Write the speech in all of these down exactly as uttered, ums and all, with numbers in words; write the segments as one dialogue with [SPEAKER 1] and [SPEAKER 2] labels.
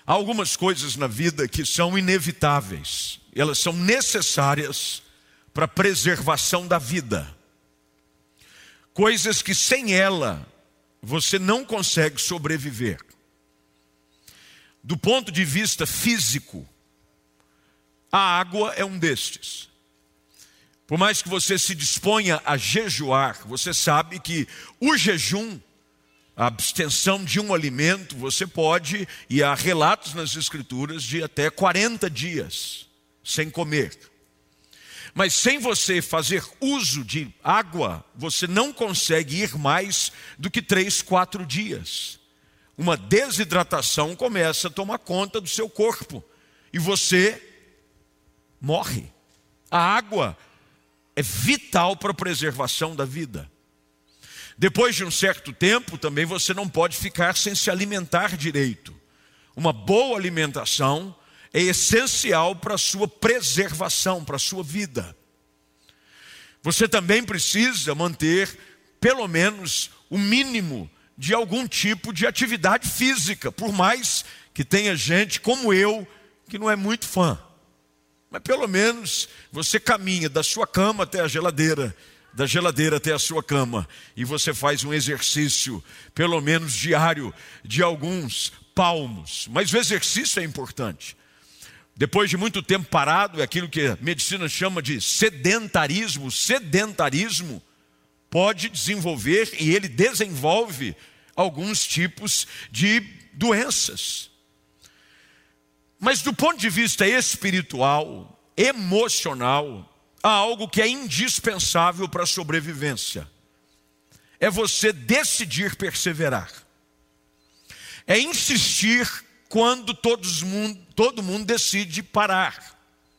[SPEAKER 1] Há algumas coisas na vida que são inevitáveis. Elas são necessárias para a preservação da vida. Coisas que sem ela você não consegue sobreviver. Do ponto de vista físico, a água é um destes. Por mais que você se disponha a jejuar, você sabe que o jejum, a abstenção de um alimento, você pode, e há relatos nas Escrituras, de até quarenta dias sem comer. Mas sem você fazer uso de água, você não consegue ir mais do que três, quatro dias. Uma desidratação começa a tomar conta do seu corpo e você morre. A água é vital para a preservação da vida. Depois de um certo tempo, também você não pode ficar sem se alimentar direito. Uma boa alimentação é essencial para a sua preservação, para a sua vida. Você também precisa manter, pelo menos, o mínimo de algum tipo de atividade física, por mais que tenha gente como eu, que não é muito fã. Mas pelo menos você caminha da sua cama até a geladeira, da geladeira até a sua cama, e você faz um exercício, pelo menos diário, de alguns palmos. Mas o exercício é importante. Depois de muito tempo parado, é aquilo que a medicina chama de sedentarismo. O sedentarismo pode desenvolver, e ele desenvolve, alguns tipos de doenças. Mas do ponto de vista espiritual, emocional, há algo que é indispensável para a sobrevivência. É você decidir perseverar. É insistir quando todos mundo, todo mundo decide parar.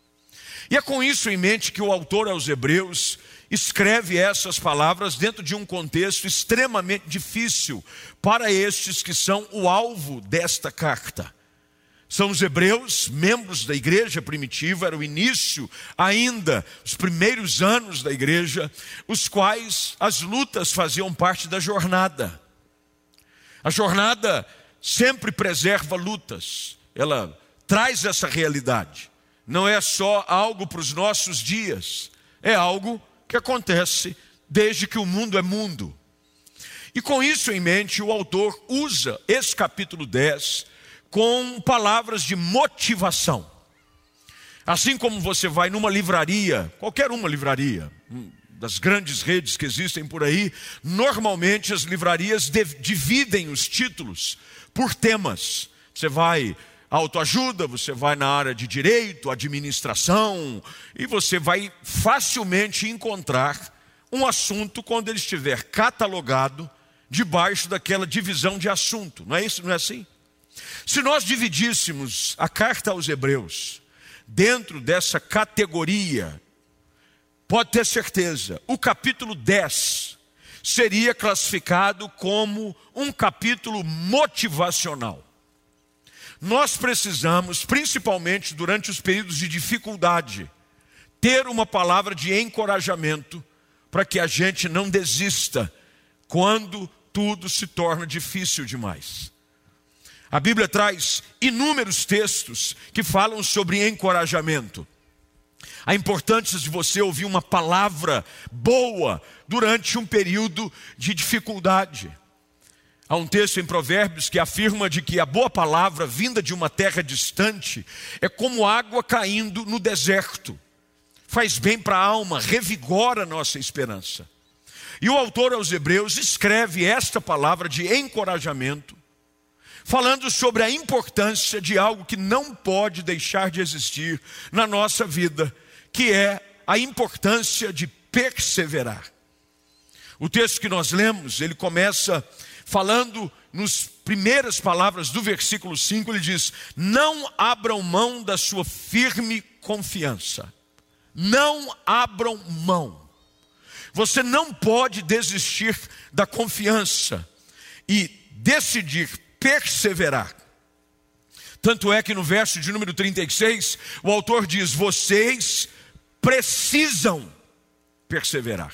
[SPEAKER 1] E é com isso em mente que o autor aos Hebreus escreve essas palavras dentro de um contexto extremamente difícil para estes que são o alvo desta carta. São os hebreus, membros da igreja primitiva, era o início ainda, os primeiros anos da igreja, os quais as lutas faziam parte da jornada. A jornada sempre preserva lutas, ela traz essa realidade. Não é só algo para os nossos dias, é algo que acontece desde que o mundo é mundo. E com isso em mente, o autor usa esse capítulo dez com palavras de motivação. Assim como você vai numa livraria, qualquer uma livraria, das grandes redes que existem por aí, normalmente as livrarias dividem os títulos por temas. Você vai autoajuda, você vai na área de direito, administração, e você vai facilmente encontrar um assunto quando ele estiver catalogado debaixo daquela divisão de assunto. Não é isso? Não é assim? Se nós dividíssemos a carta aos Hebreus dentro dessa categoria, pode ter certeza, o capítulo dez seria classificado como um capítulo motivacional. Nós precisamos, principalmente durante os períodos de dificuldade, ter uma palavra de encorajamento para que a gente não desista quando tudo se torna difícil demais. A Bíblia traz inúmeros textos que falam sobre encorajamento. A importância de você ouvir uma palavra boa durante um período de dificuldade. Há um texto em Provérbios que afirma de que a boa palavra vinda de uma terra distante é como água caindo no deserto. Faz bem para a alma, revigora a nossa esperança. E o autor aos Hebreus escreve esta palavra de encorajamento, falando sobre a importância de algo que não pode deixar de existir na nossa vida, que é a importância de perseverar. O texto que nós lemos, ele começa falando nas primeiras palavras do versículo cinco, ele diz: não abram mão da sua firme confiança. Não abram mão. Você não pode desistir da confiança e decidir perseverar. Tanto é que no verso de número trinta e seis, o autor diz: vocês precisam perseverar.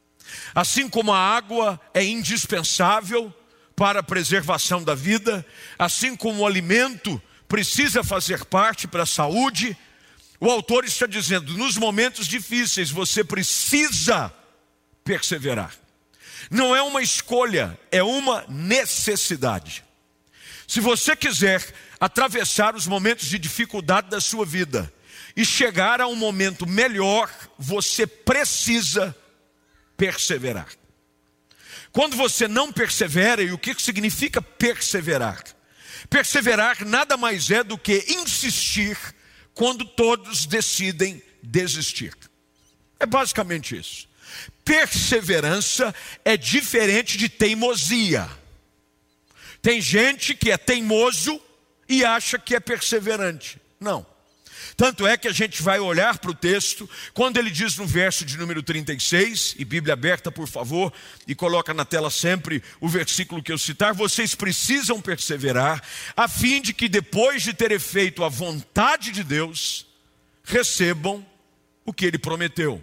[SPEAKER 1] Assim como a água é indispensável para a preservação da vida, assim como o alimento precisa fazer parte para a saúde. O autor está dizendo, nos momentos difíceis você precisa perseverar. Não é uma escolha, é uma necessidade. Se você quiser atravessar os momentos de dificuldade da sua vida e chegar a um momento melhor, você precisa perseverar. Quando você não persevera, e o que significa perseverar? Perseverar nada mais é do que insistir quando todos decidem desistir. É basicamente isso. Perseverança é diferente de teimosia. Tem gente que é teimoso e acha que é perseverante. Não. Tanto é que a gente vai olhar para o texto, quando ele diz no verso de número trinta e seis, e Bíblia aberta por favor, e coloca na tela sempre o versículo que eu citar, vocês precisam perseverar, a fim de que depois de terem feito a vontade de Deus, recebam o que ele prometeu.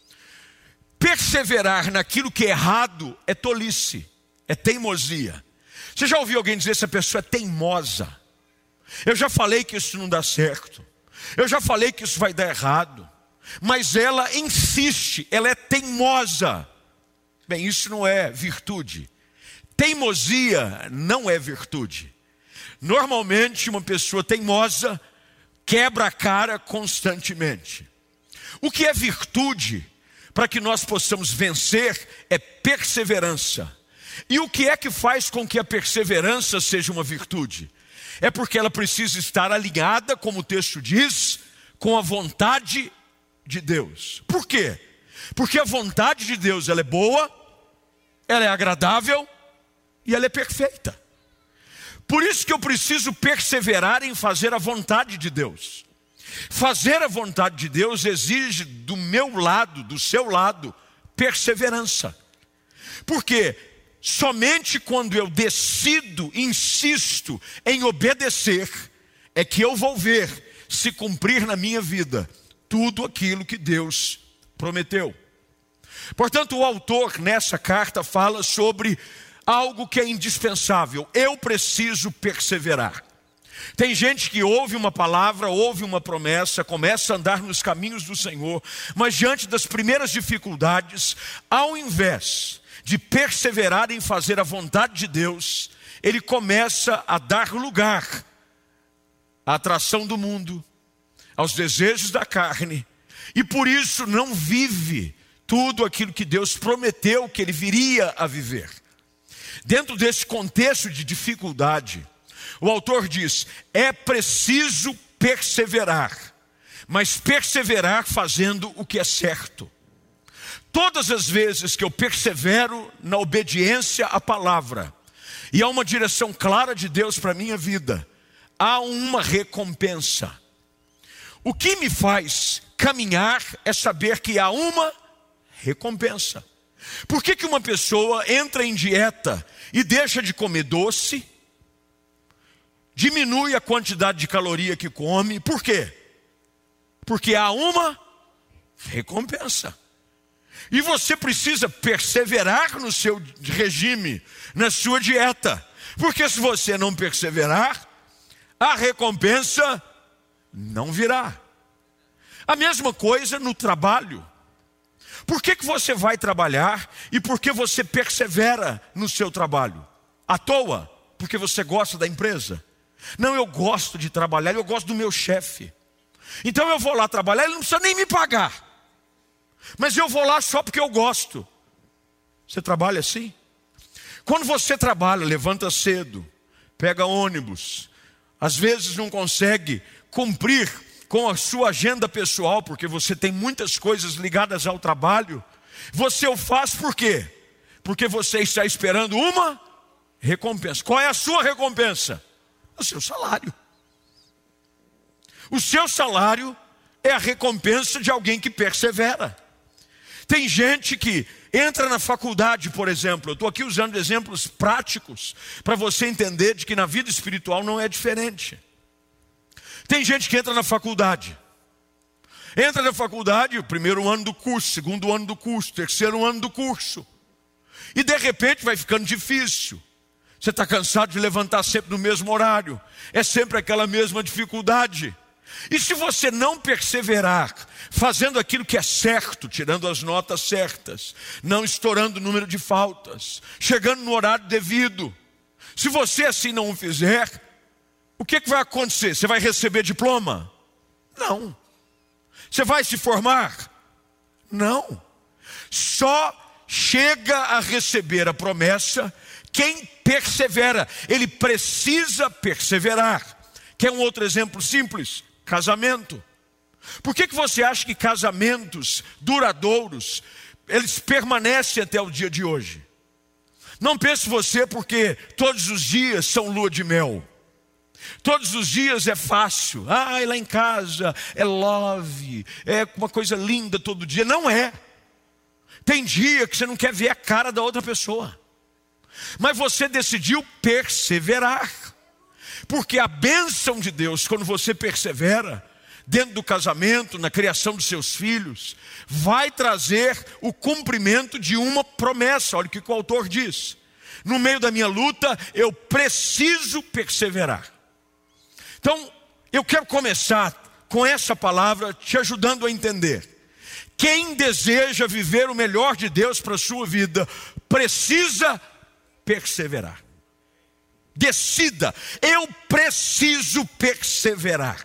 [SPEAKER 1] Perseverar naquilo que é errado é tolice, é teimosia. Você já ouviu alguém dizer essa pessoa é teimosa? Eu já falei que isso não dá certo. Eu já falei que isso vai dar errado. Mas ela insiste, ela é teimosa. Bem, isso não é virtude. Teimosia não é virtude. Normalmente uma pessoa teimosa quebra a cara constantemente. O que é virtude, para que nós possamos vencer, é perseverança. E o que é que faz com que a perseverança seja uma virtude? É porque ela precisa estar alinhada, como o texto diz, com a vontade de Deus. Por quê? Porque a vontade de Deus ela é boa, ela é agradável e ela é perfeita. Por isso que eu preciso perseverar em fazer a vontade de Deus. Fazer a vontade de Deus exige do meu lado, do seu lado, perseverança. Por quê? Somente quando eu decido, insisto em obedecer, é que eu vou ver se cumprir na minha vida tudo aquilo que Deus prometeu. Portanto, o autor nessa carta fala sobre algo que é indispensável. Eu preciso perseverar. Tem gente que ouve uma palavra, ouve uma promessa, começa a andar nos caminhos do Senhor, mas diante das primeiras dificuldades, ao invés de perseverar em fazer a vontade de Deus, ele começa a dar lugar à atração do mundo, aos desejos da carne, e por isso não vive tudo aquilo que Deus prometeu que ele viria a viver. Dentro desse contexto de dificuldade, o autor diz, é preciso perseverar, mas perseverar fazendo o que é certo. Todas as vezes que eu persevero na obediência à palavra, e há uma direção clara de Deus para a minha vida, há uma recompensa. O que me faz caminhar é saber que há uma recompensa. Por que que uma pessoa entra em dieta e deixa de comer doce, diminui a quantidade de caloria que come? Por quê? Porque há uma recompensa. E você precisa perseverar no seu regime, na sua dieta. Porque se você não perseverar, a recompensa não virá. A mesma coisa no trabalho. Por que que você vai trabalhar e por que você persevera no seu trabalho? À toa? Porque você gosta da empresa? Não, eu gosto de trabalhar, eu gosto do meu chefe. Então eu vou lá trabalhar, ele não precisa nem me pagar. Mas eu vou lá só porque eu gosto. Você trabalha assim? Quando você trabalha, levanta cedo, pega ônibus, às vezes não consegue cumprir com a sua agenda pessoal, porque você tem muitas coisas ligadas ao trabalho. Você o faz por quê? Porque você está esperando uma recompensa. Qual é a sua recompensa? O seu salário. O seu salário é a recompensa de alguém que persevera. Tem gente que entra na faculdade, por exemplo. Eu estou aqui usando exemplos práticos para você entender de que na vida espiritual não é diferente. Tem gente que entra na faculdade. Entra na faculdade, o primeiro ano do curso, segundo ano do curso, terceiro ano do curso. E de repente vai ficando difícil. Você está cansado de levantar sempre no mesmo horário. É sempre aquela mesma dificuldade. E se você não perseverar, fazendo aquilo que é certo, tirando as notas certas, não estourando o número de faltas, chegando no horário devido, se você assim não o fizer, o que, que vai acontecer? Você vai receber diploma? Não. Você vai se formar? Não. Só chega a receber a promessa quem persevera. Ele precisa perseverar. Quer um outro exemplo simples? Casamento. Por que, que você acha que casamentos duradouros, eles permanecem até o dia de hoje? Não pense você porque todos os dias são lua de mel. Todos os dias é fácil. Ah, lá em casa é love, é uma coisa linda todo dia. Não é. Tem dia que você não quer ver a cara da outra pessoa. Mas você decidiu perseverar. Porque a bênção de Deus, quando você persevera, dentro do casamento, na criação dos seus filhos, vai trazer o cumprimento de uma promessa. Olha o que o autor diz: no meio da minha luta, eu preciso perseverar. Então, eu quero começar com essa palavra te ajudando a entender. Quem deseja viver o melhor de Deus para a sua vida, precisa perseverar. Decida, eu preciso perseverar.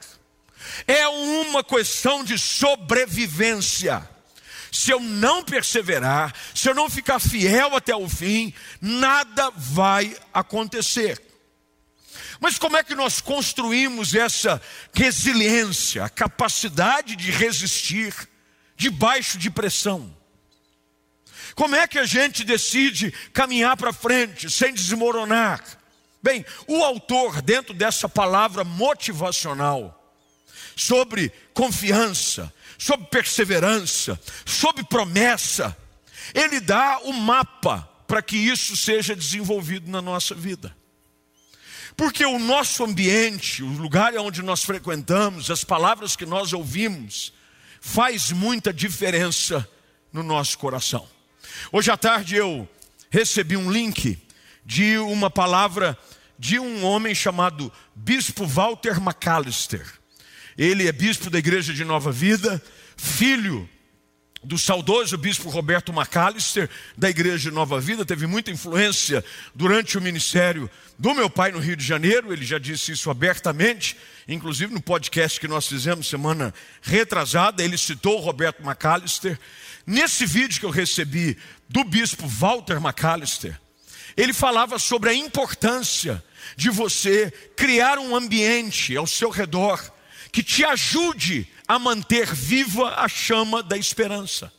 [SPEAKER 1] É uma questão de sobrevivência. Se eu não perseverar, se eu não ficar fiel até o fim, nada vai acontecer. Mas como é que nós construímos essa resiliência, a capacidade de resistir debaixo de pressão? Como é que a gente decide caminhar para frente sem desmoronar? Bem, o autor, dentro dessa palavra motivacional, sobre confiança, sobre perseverança, sobre promessa, ele dá o mapa para que isso seja desenvolvido na nossa vida. Porque o nosso ambiente, o lugar onde nós frequentamos, as palavras que nós ouvimos, faz muita diferença no nosso coração. Hoje à tarde eu recebi um link de uma palavra de um homem chamado Bispo Walter McAllister. Ele é bispo da Igreja de Nova Vida, filho do saudoso bispo Roberto McAllister, da Igreja de Nova Vida. Teve muita influência durante o ministério do meu pai no Rio de Janeiro. Ele já disse isso abertamente, inclusive no podcast que nós fizemos semana retrasada, ele citou o Roberto McAllister. Nesse vídeo que eu recebi do bispo Walter McAllister, ele falava sobre a importância de você criar um ambiente ao seu redor que te ajude a manter viva a chama da esperança.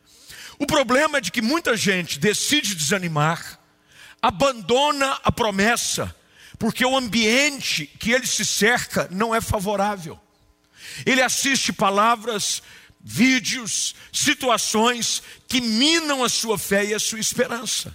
[SPEAKER 1] O problema é de que muita gente decide desanimar, abandona a promessa, porque o ambiente que ele se cerca não é favorável. Ele assiste palavras, vídeos, situações que minam a sua fé e a sua esperança.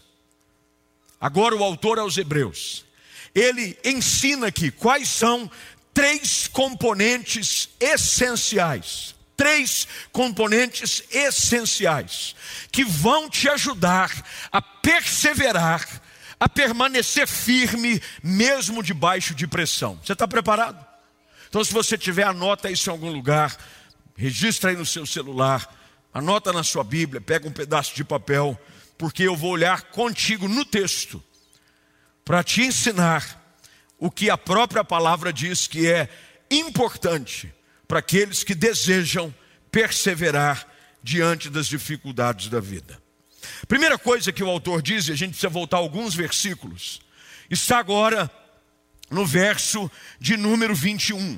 [SPEAKER 1] Agora o autor aos Hebreus, ele ensina aqui quais são três componentes essenciais, três componentes essenciais, que vão te ajudar a perseverar, a permanecer firme, mesmo debaixo de pressão. Você está preparado? Então, se você tiver, anota isso em algum lugar, registra aí no seu celular, anota na sua Bíblia, pega um pedaço de papel, porque eu vou olhar contigo no texto, para te ensinar o que a própria palavra diz que é importante para aqueles que desejam perseverar diante das dificuldades da vida. Primeira coisa que o autor diz, e a gente precisa voltar alguns versículos, está agora no verso de número vinte e um,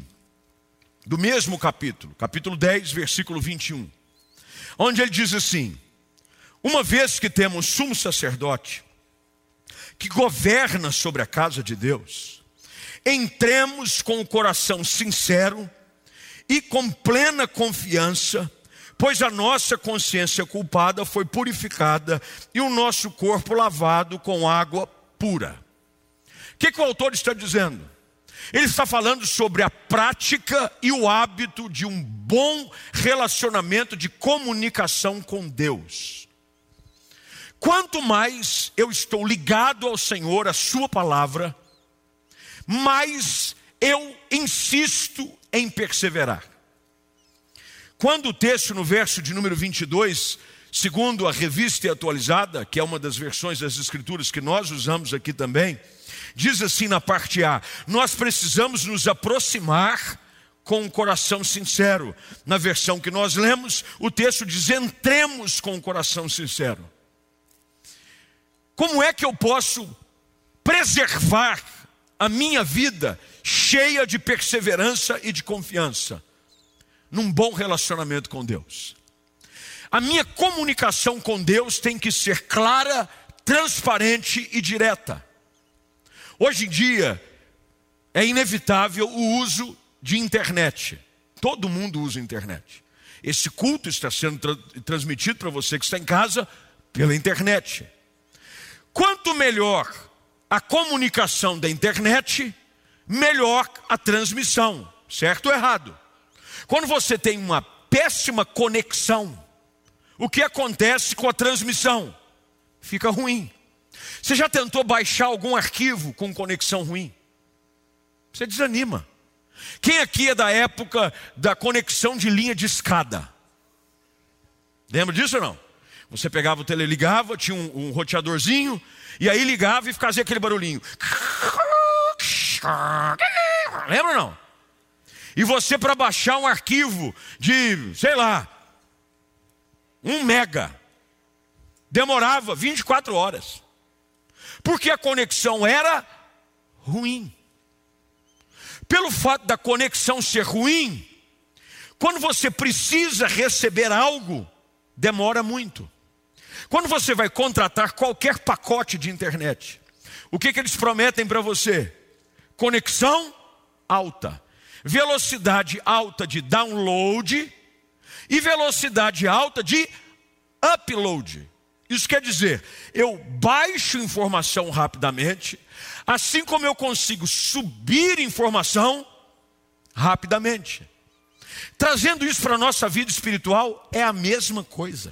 [SPEAKER 1] do mesmo capítulo, capítulo dez, versículo vinte e um, onde ele diz assim: uma vez que temos sumo sacerdote, que governa sobre a casa de Deus, entremos com o coração sincero e com plena confiança, pois a nossa consciência culpada foi purificada e o nosso corpo lavado com água pura. O que, que o autor está dizendo? Ele está falando sobre a prática e o hábito de um bom relacionamento de comunicação com Deus. Quanto mais eu estou ligado ao Senhor, à sua palavra, mais eu insisto em perseverar. Quando o texto no verso de número vinte e dois, segundo a Revista Atualizada, que é uma das versões das Escrituras que nós usamos aqui também, diz assim na parte A: nós precisamos nos aproximar com um coração sincero. Na versão que nós lemos, o texto diz: entremos com um coração sincero. Como é que eu posso preservar a minha vida cheia de perseverança e de confiança? Num bom relacionamento com Deus. A minha comunicação com Deus tem que ser clara, transparente e direta. Hoje em dia, é inevitável o uso de internet. Todo mundo usa internet. Esse culto está sendo tra- transmitido para você que está em casa pela internet. Quanto melhor a comunicação da internet, melhor a transmissão. Certo ou errado? Quando você tem uma péssima conexão, o que acontece com a transmissão? Fica ruim. Você já tentou baixar algum arquivo com conexão ruim? Você desanima. Quem aqui é da época da conexão de linha de escada? Lembra disso ou não? Você pegava o tele, ligava, tinha um, um roteadorzinho, e aí ligava e fazia aquele barulhinho. Lembra ou não? E você, para baixar um arquivo de, sei lá, um mega, demorava vinte e quatro horas. Porque a conexão era ruim. Pelo fato da conexão ser ruim, quando você precisa receber algo, demora muito. Quando você vai contratar qualquer pacote de internet, o que, que eles prometem para você? Conexão alta, velocidade alta de download e velocidade alta de upload. Isso quer dizer, eu baixo informação rapidamente, assim como eu consigo subir informação rapidamente. Trazendo isso para a nossa vida espiritual, é a mesma coisa.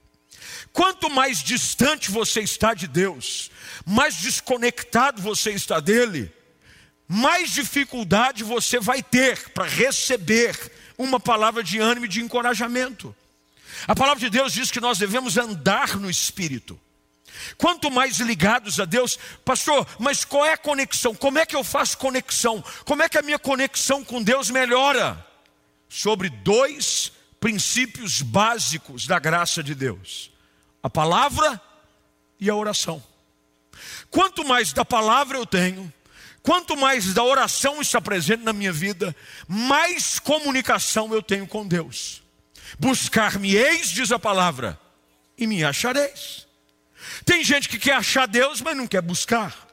[SPEAKER 1] Quanto mais distante você está de Deus, mais desconectado você está dele, mais dificuldade você vai ter para receber uma palavra de ânimo e de encorajamento. A palavra de Deus diz que nós devemos andar no Espírito. Quanto mais ligados a Deus, pastor, mas qual é a conexão? Como é que eu faço conexão? Como é que a minha conexão com Deus melhora? Sobre dois princípios básicos da graça de Deus: a palavra e a oração. Quanto mais da palavra eu tenho, quanto mais da oração está presente na minha vida, mais comunicação eu tenho com Deus. Buscar-me-eis, diz a palavra, e me achareis. Tem gente que quer achar Deus, mas não quer buscar.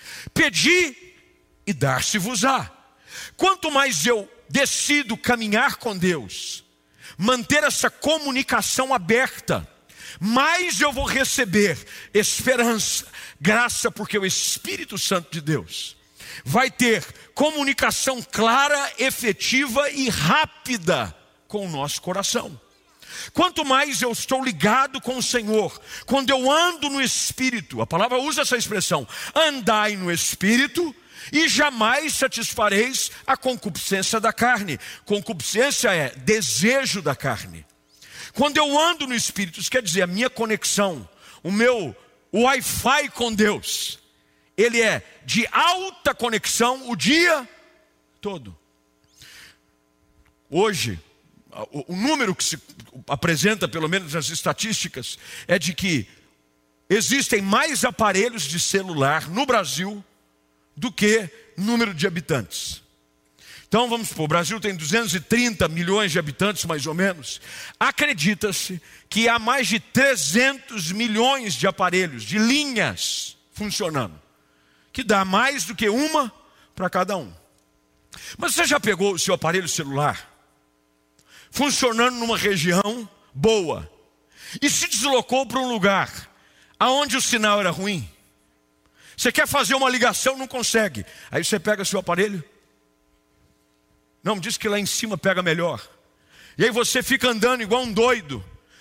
[SPEAKER 1] Pedi e dar-se-vos-á. Quanto mais eu decido caminhar com Deus, manter essa comunicação aberta, mais eu vou receber esperança, graça, porque o Espírito Santo de Deus vai ter comunicação clara, efetiva e rápida com o nosso coração. Quanto mais eu estou ligado com o Senhor, quando eu ando no Espírito, a palavra usa essa expressão, andai no Espírito, e jamais satisfareis a concupiscência da carne. Concupiscência é desejo da carne. Quando eu ando no Espírito, isso quer dizer, a minha conexão, o meu Wi-Fi com Deus, ele é de alta conexão o dia todo. Hoje, o número que se apresenta, pelo menos nas estatísticas, é de que existem mais aparelhos de celular no Brasil do que número de habitantes. Então vamos supor, o Brasil tem duzentos e trinta milhões de habitantes, mais ou menos. Acredita-se que há mais de trezentos milhões de aparelhos, de linhas funcionando, que dá mais do que uma para cada um. Mas você já pegou o seu aparelho celular funcionando numa região boa e se deslocou para um lugar aonde o sinal era ruim? Você quer fazer uma ligação, não consegue. Aí você pega seu aparelho. Não, diz que lá em cima pega melhor. E aí você fica andando igual um doido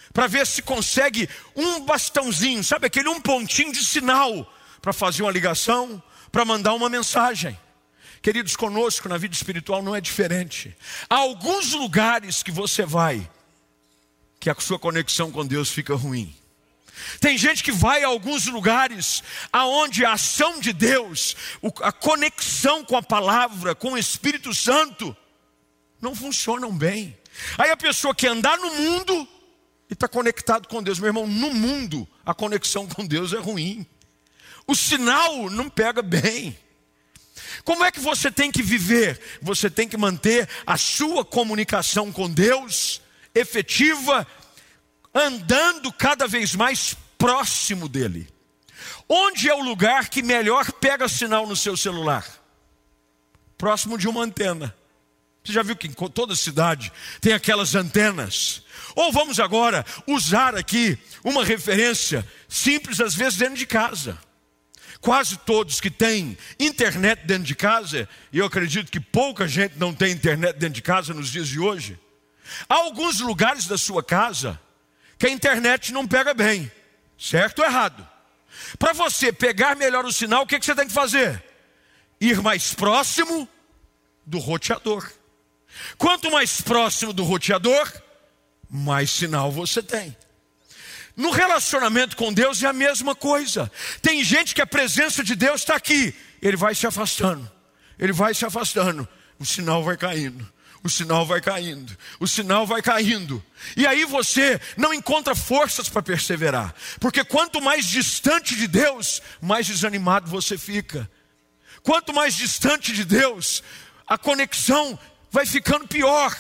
[SPEAKER 1] para ver se consegue um bastãozinho, sabe aquele um pontinho de sinal, para fazer uma ligação, para mandar uma mensagem. Queridos, conosco na vida espiritual não é diferente. Há alguns lugares que você vai, que a sua conexão com Deus fica ruim. Tem gente que vai a alguns lugares aonde a ação de Deus, a conexão com a palavra, com o Espírito Santo, não funcionam bem. Aí a pessoa quer andar no mundo e está conectado com Deus. Meu irmão, no mundo a conexão com Deus é ruim. O sinal não pega bem. Como é que você tem que viver? Você tem que manter a sua comunicação com Deus efetiva, andando cada vez mais próximo dele. Onde é o lugar que melhor pega sinal no seu celular? Próximo de uma antena. Você já viu que em toda cidade tem aquelas antenas? Ou vamos agora usar aqui uma referência simples, às vezes dentro de casa. Quase todos que têm internet dentro de casa, e eu acredito que pouca gente não tem internet dentro de casa nos dias de hoje. Há alguns lugares da sua casa que a internet não pega bem, certo ou errado? Para você pegar melhor o sinal, o que, que você tem que fazer? Ir mais próximo do roteador. Quanto mais próximo do roteador, mais sinal você tem. No relacionamento com Deus é a mesma coisa. Tem gente que a presença de Deus está aqui, ele vai se afastando, ele vai se afastando, o sinal vai caindo, o sinal vai caindo, o sinal vai caindo. E aí você não encontra forças para perseverar, porque quanto mais distante de Deus, mais desanimado você fica. Quanto mais distante de Deus, a conexão vai ficando pior.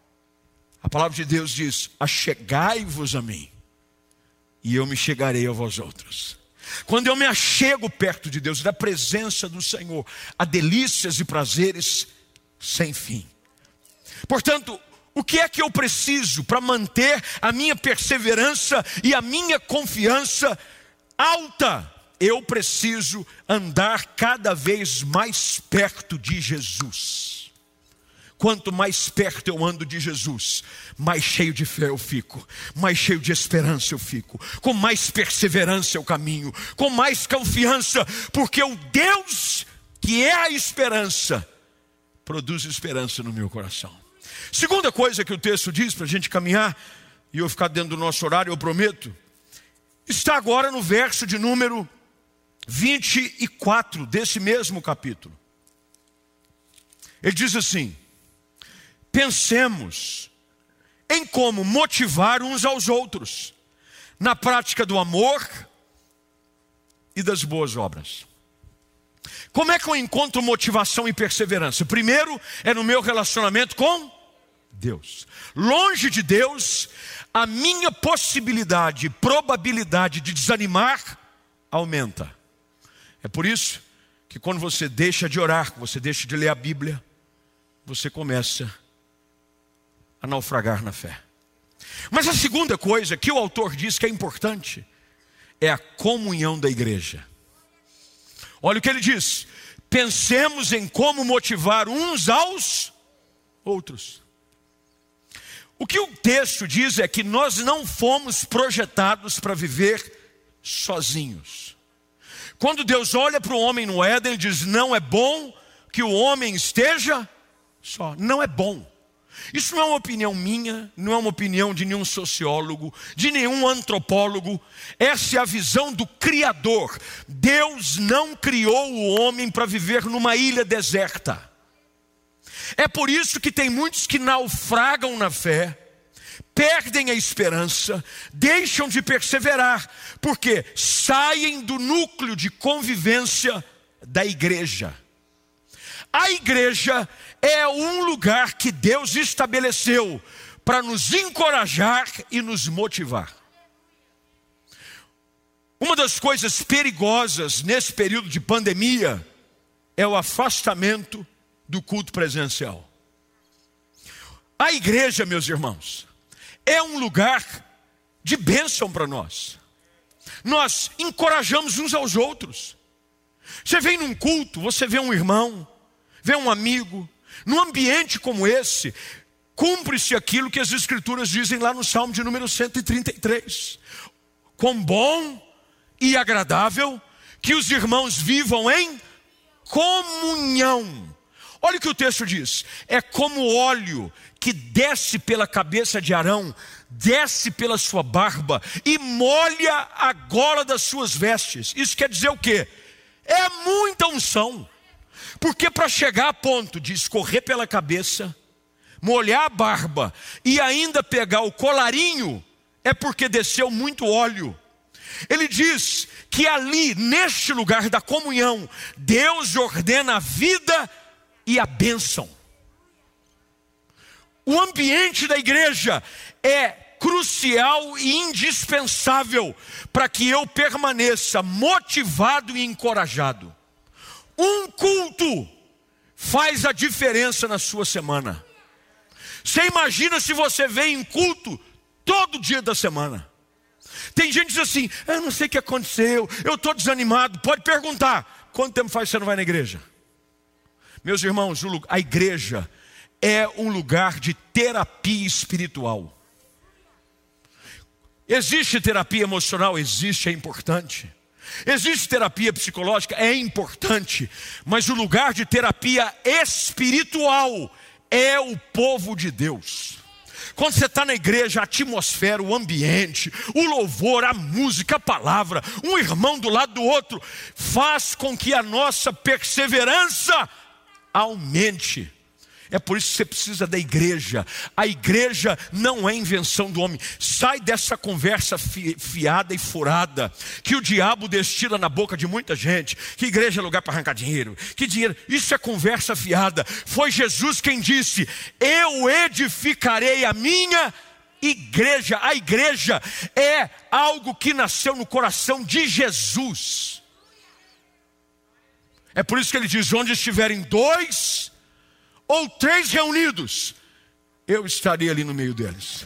[SPEAKER 1] A palavra de Deus diz: achegai-vos a mim, e eu me chegarei a vós outros. Quando eu me achego perto de Deus, da presença do Senhor, há delícias e prazeres sem fim. Portanto, o que é que eu preciso para manter a minha perseverança e a minha confiança alta? Eu preciso andar cada vez mais perto de Jesus. Quanto mais perto eu ando de Jesus, mais cheio de fé eu fico, mais cheio de esperança eu fico, com mais perseverança eu caminho, com mais confiança, porque o Deus que é a esperança, produz esperança no meu coração. Segunda coisa que o texto diz para a gente caminhar, e eu ficar dentro do nosso horário, eu prometo, está agora no verso de número vinte e quatro desse mesmo capítulo. Ele diz assim: pensemos em como motivar uns aos outros na prática do amor e das boas obras. Como é que eu encontro motivação e perseverança? Primeiro é no meu relacionamento com Deus. Longe de Deus, a minha possibilidade, probabilidade de desanimar aumenta. É por isso que quando você deixa de orar, você deixa de ler a Bíblia, você começa a naufragar na fé. Mas a segunda coisa que o autor diz que é importante é a comunhão da igreja. Olha o que ele diz: pensemos em como motivar uns aos outros. O que o texto diz é que nós não fomos projetados para viver sozinhos. Quando Deus olha para o homem no Éden, ele diz: não é bom que o homem esteja só. Não é bom. Isso não é uma opinião minha, não é uma opinião de nenhum sociólogo, de nenhum antropólogo. Essa é a visão do Criador. Deus não criou o homem para viver numa ilha deserta. É por isso que tem muitos que naufragam na fé, perdem a esperança, deixam de perseverar, porque saem do núcleo de convivência da igreja. A igreja é um lugar que Deus estabeleceu para nos encorajar e nos motivar. Uma das coisas perigosas nesse período de pandemia é o afastamento do culto presencial. A igreja, meus irmãos, é um lugar de bênção para nós. Nós encorajamos uns aos outros. Você vem num culto, você vê um irmão, vê um amigo. Num ambiente como esse, cumpre-se aquilo que as Escrituras dizem lá no Salmo de número cento e trinta e três. Quão bom e agradável que os irmãos vivam em comunhão. Olha o que o texto diz: é como óleo que desce pela cabeça de Arão, desce pela sua barba e molha a gola das suas vestes. Isso quer dizer o quê? É muita unção. Porque para chegar a ponto de escorrer pela cabeça, molhar a barba e ainda pegar o colarinho, é porque desceu muito óleo. Ele diz que ali, neste lugar da comunhão, Deus ordena a vida e a bênção. O ambiente da igreja é crucial e indispensável para que eu permaneça motivado e encorajado. Um culto faz a diferença na sua semana. Você imagina se você vem em culto todo dia da semana. Tem gente que diz assim: eu não sei o que aconteceu, eu estou desanimado. Pode perguntar: quanto tempo faz que você não vai na igreja? Meus irmãos, a igreja é um lugar de terapia espiritual. Existe terapia emocional? Existe, é importante. Existe terapia psicológica? É importante. Mas o lugar de terapia espiritual é o povo de Deus. Quando você está na igreja, a atmosfera, o ambiente, o louvor, a música, a palavra, um irmão do lado do outro, faz com que a nossa perseverança aumente. É por isso que você precisa da igreja. A igreja não é invenção do homem. Sai dessa conversa fi, fiada e furada que o diabo destila na boca de muita gente, que igreja é lugar para arrancar dinheiro, que dinheiro, isso é conversa fiada. Foi Jesus quem disse: eu edificarei a minha igreja. A igreja é algo que nasceu no coração de Jesus. É por isso que ele diz: onde estiverem dois ou três reunidos, eu estarei ali no meio deles.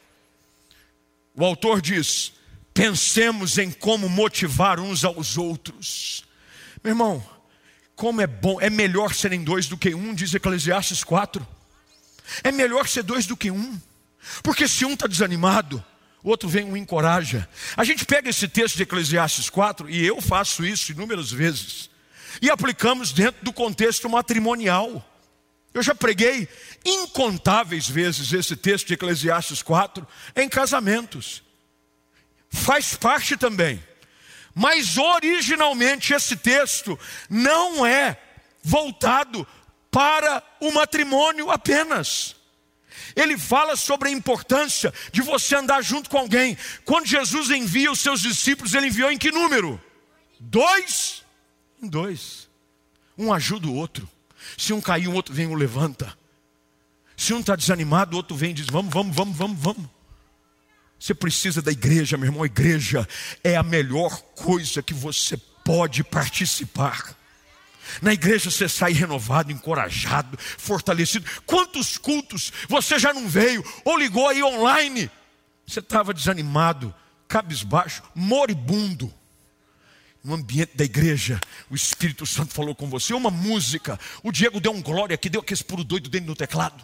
[SPEAKER 1] O autor diz: pensemos em como motivar uns aos outros. Meu irmão, como é bom, é melhor serem dois do que um, diz Eclesiastes quatro. É melhor ser dois do que um, porque se um está desanimado, o outro vem e o encoraja. A gente pega esse texto de Eclesiastes quatro, e eu faço isso inúmeras vezes, e aplicamos dentro do contexto matrimonial. Eu já preguei incontáveis vezes esse texto de Eclesiastes quatro em casamentos. Faz parte também. Mas originalmente esse texto não é voltado para o matrimônio apenas. Ele fala sobre a importância de você andar junto com alguém. Quando Jesus envia os seus discípulos, ele enviou em que número? Dois em dois. Um ajuda o outro. Se um cair, o outro vem e o levanta. Se um está desanimado, o outro vem e diz: vamos, vamos, vamos, vamos, vamos. Você precisa da igreja, meu irmão. A igreja é a melhor coisa que você pode participar. Na igreja você sai renovado, encorajado, fortalecido. Quantos cultos você já não veio ou ligou aí online? Você estava desanimado, cabisbaixo, moribundo. No ambiente da igreja, o Espírito Santo falou com você. Uma música, o Diego deu um glória aqui, deu aquele pulo doido dentro do teclado.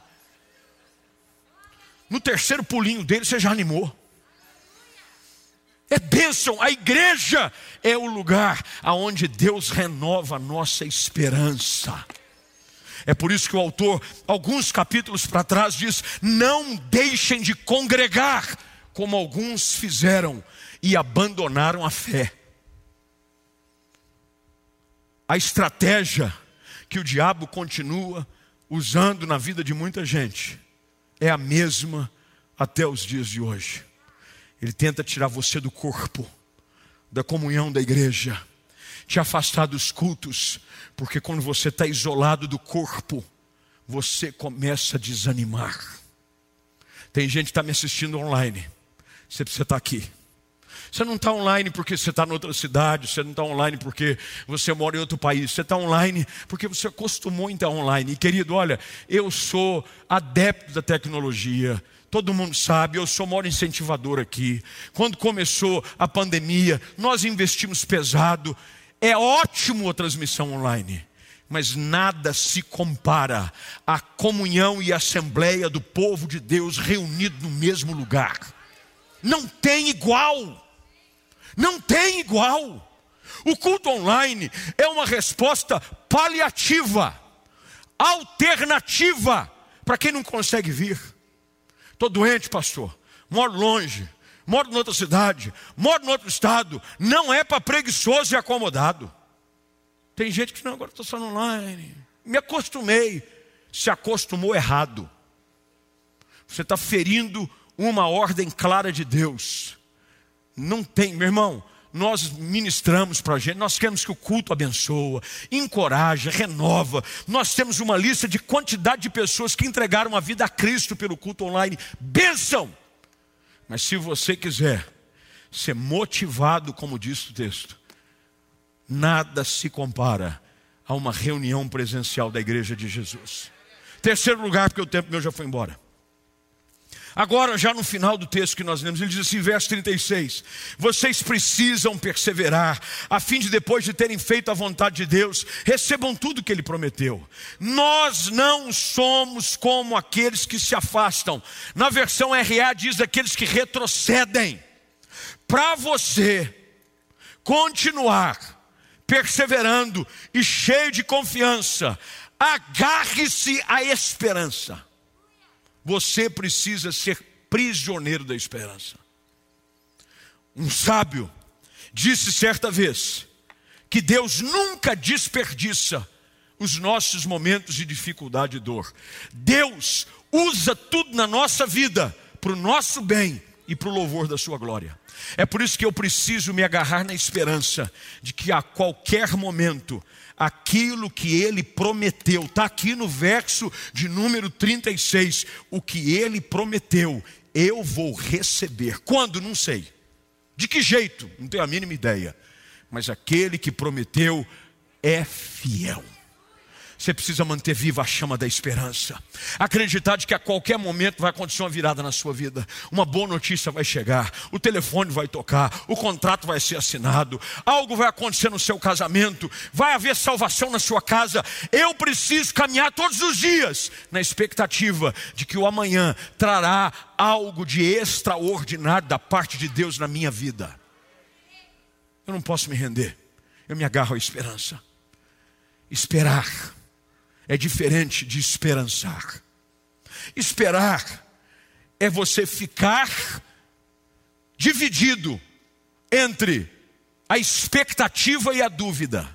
[SPEAKER 1] No terceiro pulinho dele, você já animou. É bênção. A igreja é o lugar aonde Deus renova a nossa esperança. É por isso que o autor, alguns capítulos para trás, diz: não deixem de congregar, como alguns fizeram e abandonaram a fé. A estratégia que o diabo continua usando na vida de muita gente é a mesma até os dias de hoje. Ele tenta tirar você do corpo, da comunhão da igreja, te afastar dos cultos, porque quando você está isolado do corpo, você começa a desanimar. Tem gente que está me assistindo online, você precisa estar aqui. Você não está online porque você está em outra cidade, você não está online porque você mora em outro país, você está online porque você acostumou em estar online. E querido, olha, eu sou adepto da tecnologia, todo mundo sabe, eu sou o maior incentivador aqui. Quando começou a pandemia, nós investimos pesado, é ótimo a transmissão online. mas nada se compara à comunhão e assembleia do povo de Deus reunido no mesmo lugar. Não tem igual, não tem igual. O culto online é uma resposta paliativa, alternativa, para quem não consegue vir. Estou doente, pastor, moro longe, moro em outra cidade, moro em outro estado. Não é para preguiçoso e acomodado. Tem gente que não, agora estou só online. Me acostumei. Se acostumou errado. Você está ferindo uma ordem clara de Deus. Não tem, meu irmão. Nós ministramos para a gente, nós queremos que o culto abençoa, encoraja, renova. Nós temos uma lista de quantidade de pessoas que entregaram a vida a Cristo pelo culto online. Bênção! Mas se você quiser ser motivado, como diz o texto, nada se compara a uma reunião presencial da igreja de Jesus. Terceiro lugar, porque o tempo meu já foi embora. Agora, já no final do texto que nós lemos, ele diz assim, verso trinta e seis: vocês precisam perseverar, a fim de depois de terem feito a vontade de Deus, recebam tudo que Ele prometeu. Nós não somos como aqueles que se afastam. Na versão R A diz aqueles que retrocedem. Para você continuar perseverando e cheio de confiança, agarre-se à esperança. Você precisa ser prisioneiro da esperança. Um sábio disse certa vez que Deus nunca desperdiça os nossos momentos de dificuldade e dor. Deus usa tudo na nossa vida para o nosso bem e para o louvor da sua glória. É por isso que eu preciso me agarrar na esperança de que a qualquer momento aquilo que Ele prometeu, está aqui no verso de número trinta e seis, o que Ele prometeu, eu vou receber. Quando? Não sei. De que jeito? Não tenho a mínima ideia. Mas aquele que prometeu é fiel. Você precisa manter viva a chama da esperança. Acreditar de que a qualquer momento vai acontecer uma virada na sua vida. Uma boa notícia vai chegar. O telefone vai tocar. O contrato vai ser assinado. Algo vai acontecer no seu casamento. Vai haver salvação na sua casa. Eu preciso caminhar todos os dias na expectativa de que o amanhã trará algo de extraordinário da parte de Deus na minha vida. Eu não posso me render. Eu me agarro à esperança. Esperar é diferente de esperançar. Esperar é você ficar dividido entre a expectativa e a dúvida.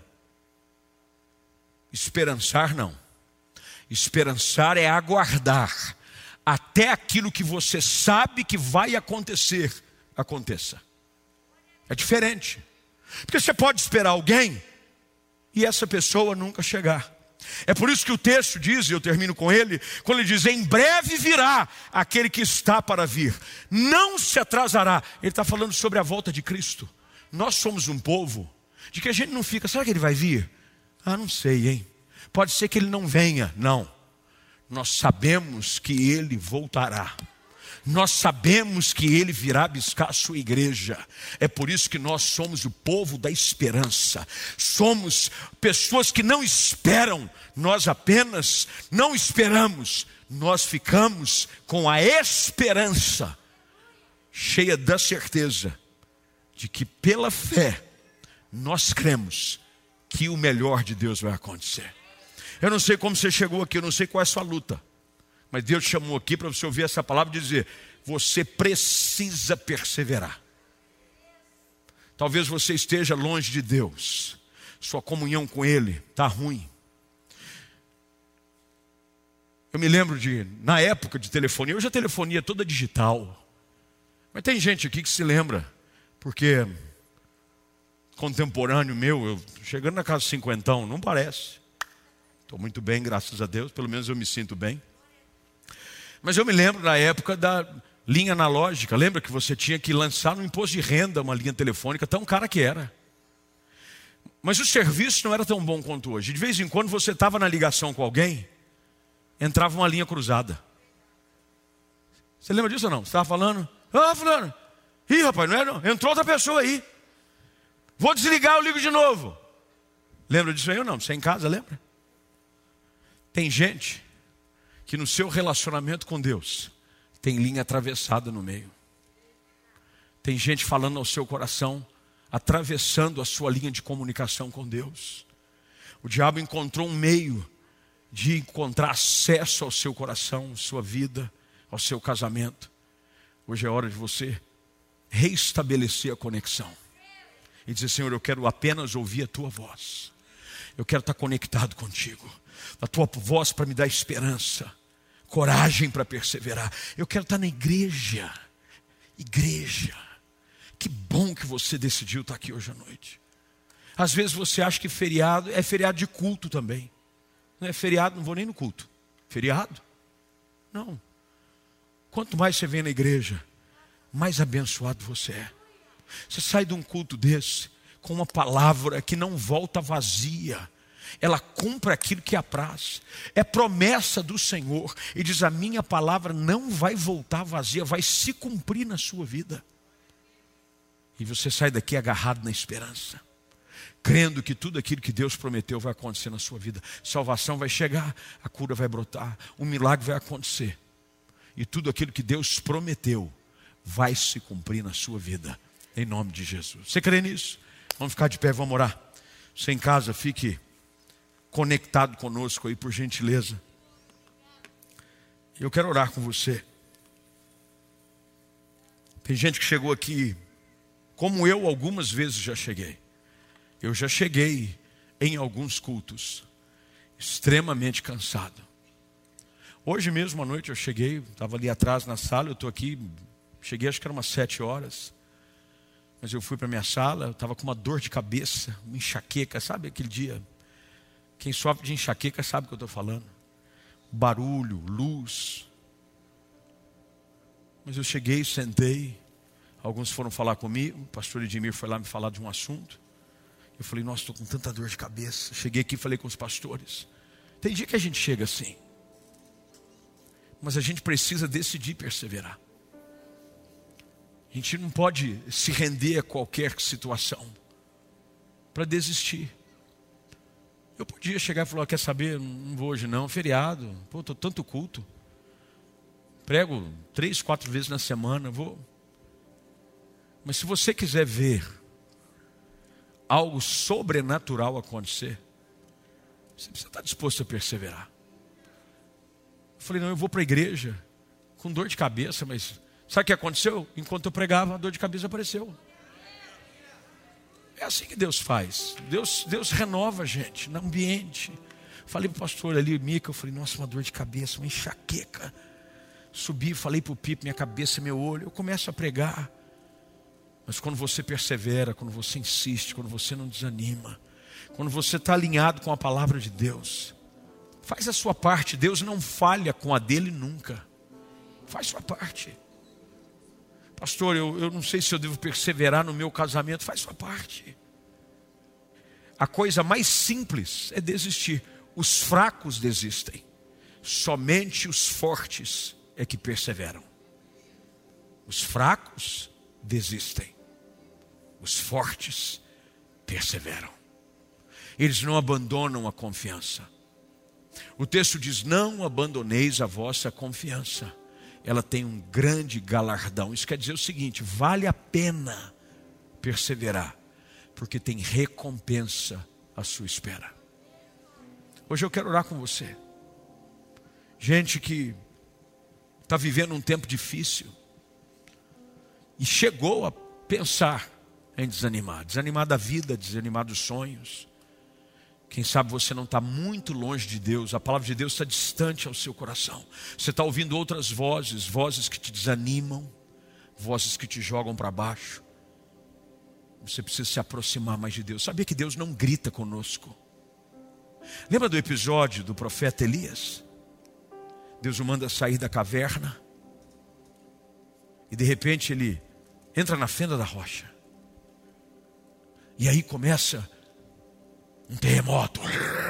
[SPEAKER 1] Esperançar não. Esperançar é aguardar até aquilo que você sabe que vai acontecer, aconteça. É diferente. Porque você pode esperar alguém e essa pessoa nunca chegar. É por isso que o texto diz, e eu termino com ele, quando ele diz, em breve virá aquele que está para vir, não se atrasará. Ele está falando sobre a volta de Cristo. Nós somos um povo de que a gente não fica, será que ele vai vir? Ah, não sei, hein? Pode ser que ele não venha. Não, nós sabemos que ele voltará. Nós sabemos que Ele virá buscar a sua igreja. É por isso que nós somos o povo da esperança. Somos pessoas que não esperam. Nós apenas não esperamos. Nós ficamos com a esperança, cheia da certeza de que pela fé nós cremos que o melhor de Deus vai acontecer. Eu não sei como você chegou aqui, eu não sei qual é a sua luta. Mas Deus te chamou aqui para você ouvir essa palavra e dizer, você precisa perseverar. Talvez você esteja longe de Deus. Sua comunhão com Ele está ruim. Eu me lembro de, na época de telefonia, hoje a telefonia é toda digital. Mas tem gente aqui que se lembra, porque contemporâneo meu, eu chegando na casa cinquentão, não parece. Estou muito bem, graças a Deus, pelo menos eu me sinto bem. Mas eu me lembro da época da linha analógica. Lembra que você tinha que lançar no imposto de renda uma linha telefônica, tão cara que era. Mas o serviço não era tão bom quanto hoje. De vez em quando você estava na ligação com alguém, entrava uma linha cruzada. Você lembra disso ou não? Você estava falando, ah, fulano, ih, rapaz, não é não? Entrou outra pessoa aí. Vou desligar, eu ligo de novo. Lembra disso aí ou não? Você em casa, lembra? Tem gente que no seu relacionamento com Deus tem linha atravessada no meio. Tem gente falando ao seu coração, atravessando a sua linha de comunicação com Deus. O diabo encontrou um meio de encontrar acesso ao seu coração, sua vida, ao seu casamento. Hoje é hora de você reestabelecer a conexão e dizer: Senhor, eu quero apenas ouvir a tua voz. Eu quero estar conectado contigo. A tua voz para me dar esperança, coragem para perseverar. Eu quero estar na igreja. Igreja. Que bom que você decidiu estar aqui hoje à noite. Às vezes você acha que feriado é feriado de culto também. Não é feriado, não vou nem no culto. Feriado? Não. Quanto mais você vem na igreja, mais abençoado você é. Você sai de um culto desse com uma palavra que não volta vazia. Ela cumpre aquilo que apraz. É promessa do Senhor. E diz: a minha palavra não vai voltar vazia, vai se cumprir na sua vida. E você sai daqui agarrado na esperança, crendo que tudo aquilo que Deus prometeu vai acontecer na sua vida. Salvação vai chegar, a cura vai brotar, um milagre vai acontecer. E tudo aquilo que Deus prometeu vai se cumprir na sua vida, em nome de Jesus. Você crê nisso? Vamos ficar de pé, vamos orar. Você em casa, fique conectado conosco aí, por gentileza. Eu quero orar com você. Tem gente que chegou aqui, como eu algumas vezes já cheguei. Eu já cheguei em alguns cultos, extremamente cansado. Hoje mesmo à noite eu cheguei, estava ali atrás na sala, eu estou aqui, cheguei acho que era umas sete horas. Mas eu fui para minha sala, eu estava com uma dor de cabeça, uma enxaqueca, sabe aquele dia? Quem sofre de enxaqueca sabe o que eu estou falando. Barulho, luz. Mas eu cheguei, sentei. Alguns foram falar comigo. O pastor Edmir foi lá me falar de um assunto. Eu falei: nossa, estou com tanta dor de cabeça. Cheguei aqui e falei com os pastores. Tem dia que a gente chega assim. Mas a gente precisa decidir perseverar. A gente não pode se render a qualquer situação para desistir. Eu podia chegar e falar: quer saber, não vou hoje não, feriado, pô, estou tanto culto. Prego três, quatro vezes na semana, vou. Mas se você quiser ver algo sobrenatural acontecer, você precisa estar disposto a perseverar. Eu falei: não, eu vou para a igreja com dor de cabeça, mas sabe o que aconteceu? Enquanto eu pregava, a dor de cabeça apareceu. É assim que Deus faz. Deus, Deus renova a gente no ambiente. Falei para o pastor ali, Mica, eu falei: nossa, uma dor de cabeça, uma enxaqueca. Subi, falei para o Pipe, minha cabeça, meu olho. Eu começo a pregar. Mas quando você persevera, quando você insiste, quando você não desanima, quando você está alinhado com a palavra de Deus, faz a sua parte. Deus não falha com a dele nunca. Faz a sua parte. Pastor, eu, eu não sei se eu devo perseverar no meu casamento. Faz a sua parte. A coisa mais simples é desistir. Os fracos desistem. Somente os fortes é que perseveram. Os fracos desistem. Os fortes perseveram. Eles não abandonam a confiança. O texto diz: não abandoneis a vossa confiança. Ela tem um grande galardão. Isso quer dizer o seguinte: vale a pena perseverar, porque tem recompensa à sua espera. Hoje eu quero orar com você. Gente que está vivendo um tempo difícil e chegou a pensar em desanimar. Desanimar da vida, desanimar dos sonhos. Quem sabe você não está muito longe de Deus. A palavra de Deus está distante ao seu coração. Você está ouvindo outras vozes. Vozes que te desanimam. Vozes que te jogam para baixo. Você precisa se aproximar mais de Deus. Sabia que Deus não grita conosco? Lembra do episódio do profeta Elias? Deus o manda sair da caverna. E de repente ele entra na fenda da rocha. E aí começa um terremoto.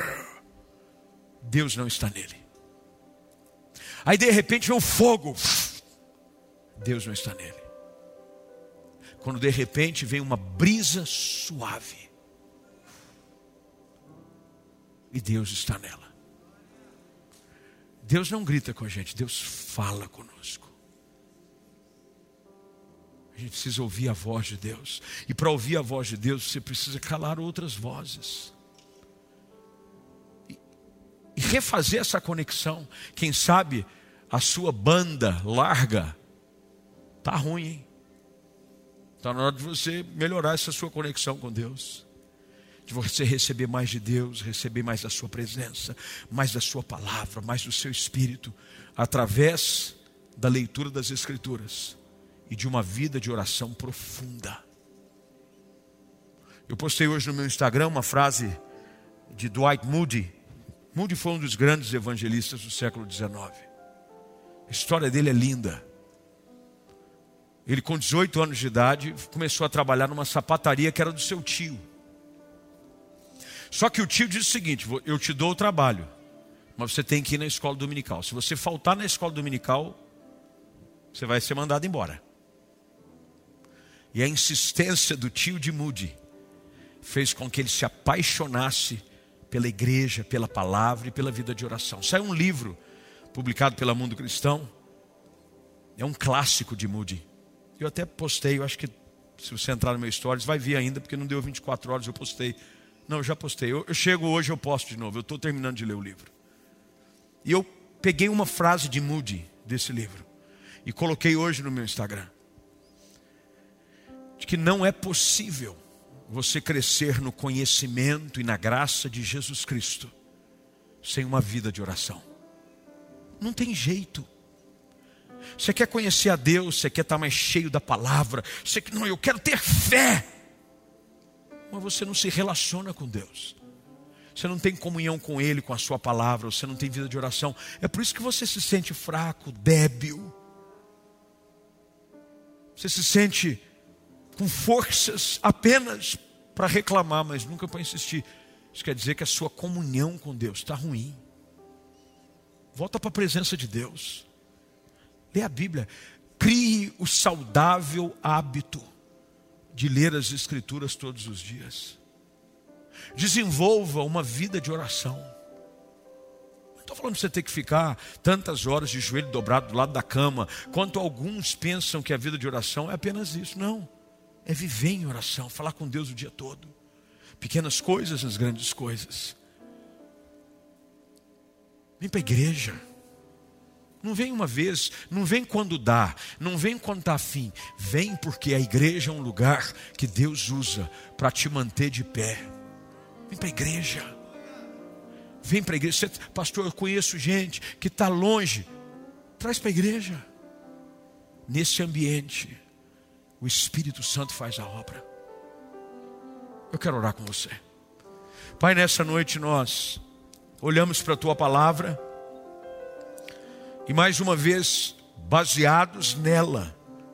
[SPEAKER 1] Deus não está nele. Aí de repente vem um fogo. Deus não está nele. Quando de repente vem uma brisa suave. E Deus está nela. Deus não grita com a gente, Deus fala conosco. A gente precisa ouvir a voz de Deus. E para ouvir a voz de Deus, você precisa calar outras vozes. E, e refazer essa conexão. Quem sabe a sua banda larga está ruim, hein? Está na hora de você melhorar essa sua conexão com Deus. De você receber mais de Deus, receber mais da sua presença, mais da sua palavra, mais do seu Espírito, através da leitura das Escrituras e de uma vida de oração profunda. Eu postei hoje no meu Instagram uma frase de Dwight Moody. Moody foi um dos grandes evangelistas do século dezenove. A história dele é linda. Ele, com dezoito anos de idade, começou a trabalhar numa sapataria que era do seu tio. Só que o tio disse o seguinte: eu te dou o trabalho, mas você tem que ir na escola dominical. Se você faltar na escola dominical, você vai ser mandado embora. E a insistência do tio de Moody fez com que ele se apaixonasse pela igreja, pela palavra e pela vida de oração. Saiu um livro publicado pela Mundo Cristão. É um clássico de Moody. Eu até postei, eu acho que se você entrar no meu stories, vai ver ainda, porque não deu vinte e quatro horas, eu postei. Não, eu já postei. Eu, eu chego hoje, eu posto de novo. Eu estou terminando de ler o livro. E eu peguei uma frase de Moody desse livro e coloquei hoje no meu Instagram. De que não é possível você crescer no conhecimento e na graça de Jesus Cristo sem uma vida de oração. Não tem jeito. Você quer conhecer a Deus, você quer estar mais cheio da palavra, você quer, não, eu quero ter fé. Mas você não se relaciona com Deus. Você não tem comunhão com Ele, com a sua palavra, você não tem vida de oração. É por isso que você se sente fraco, débil. Você se sente com forças apenas para reclamar, mas nunca para insistir. Isso quer dizer que a sua comunhão com Deus está ruim. Volta para a presença de Deus. Lê a Bíblia. Crie o saudável hábito de ler as Escrituras todos os dias. Desenvolva uma vida de oração. Não estou falando que você tem que ficar tantas horas de joelho dobrado do lado da cama, quanto alguns pensam que a vida de oração é apenas isso. Não. É viver em oração, falar com Deus o dia todo. Pequenas coisas, as grandes coisas. Vem para a igreja. Não vem uma vez, não vem quando dá, não vem quando está afim. Vem porque a igreja é um lugar que Deus usa para te manter de pé. Vem para a igreja. Vem para a igreja. Você, pastor, eu conheço gente que está longe. Traz para a igreja. Nesse ambiente, o Espírito Santo faz a obra. Eu quero orar com você. Pai, nessa noite nós olhamos para a Tua palavra e mais uma vez, baseados nela,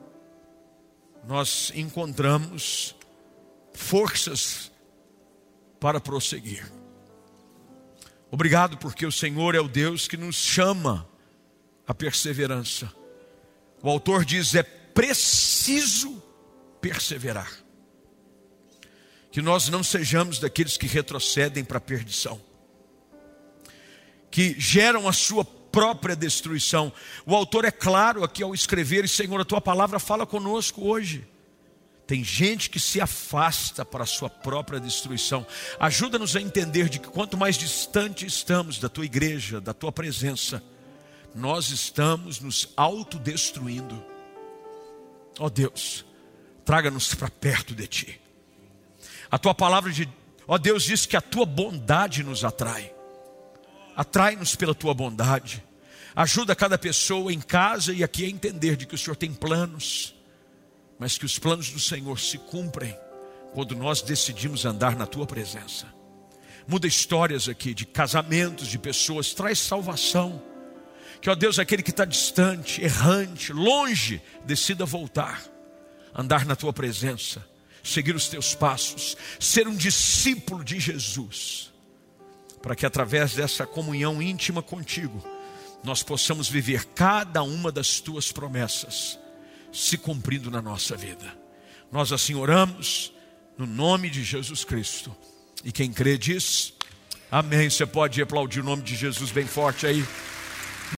[SPEAKER 1] nós encontramos forças para prosseguir. Obrigado porque o Senhor é o Deus que nos chama à perseverança. O autor diz, é preciso perseverar. Que nós não sejamos daqueles que retrocedem para a perdição, que geram a sua própria destruição. O autor é claro aqui ao escrever, e Senhor, a Tua palavra fala conosco hoje. Tem gente que se afasta para a sua própria destruição. Ajuda-nos a entender de que quanto mais distante estamos da Tua igreja, da Tua presença, nós estamos nos autodestruindo. Ó Deus, traga-nos para perto de Ti. A Tua palavra, de, ó Deus, diz que a Tua bondade nos atrai. Atrai-nos pela Tua bondade. Ajuda cada pessoa em casa e aqui a entender de que o Senhor tem planos, mas que os planos do Senhor se cumprem quando nós decidimos andar na Tua presença. Muda histórias aqui de casamentos, de pessoas, traz salvação. Que, ó Deus, aquele que está distante, errante, longe, decida voltar, andar na Tua presença, seguir os Teus passos, ser um discípulo de Jesus, para que através dessa comunhão íntima contigo, nós possamos viver cada uma das Tuas promessas se cumprindo na nossa vida. Nós assim oramos no nome de Jesus Cristo. E quem crê diz, amém. Você pode aplaudir o nome de Jesus bem forte aí.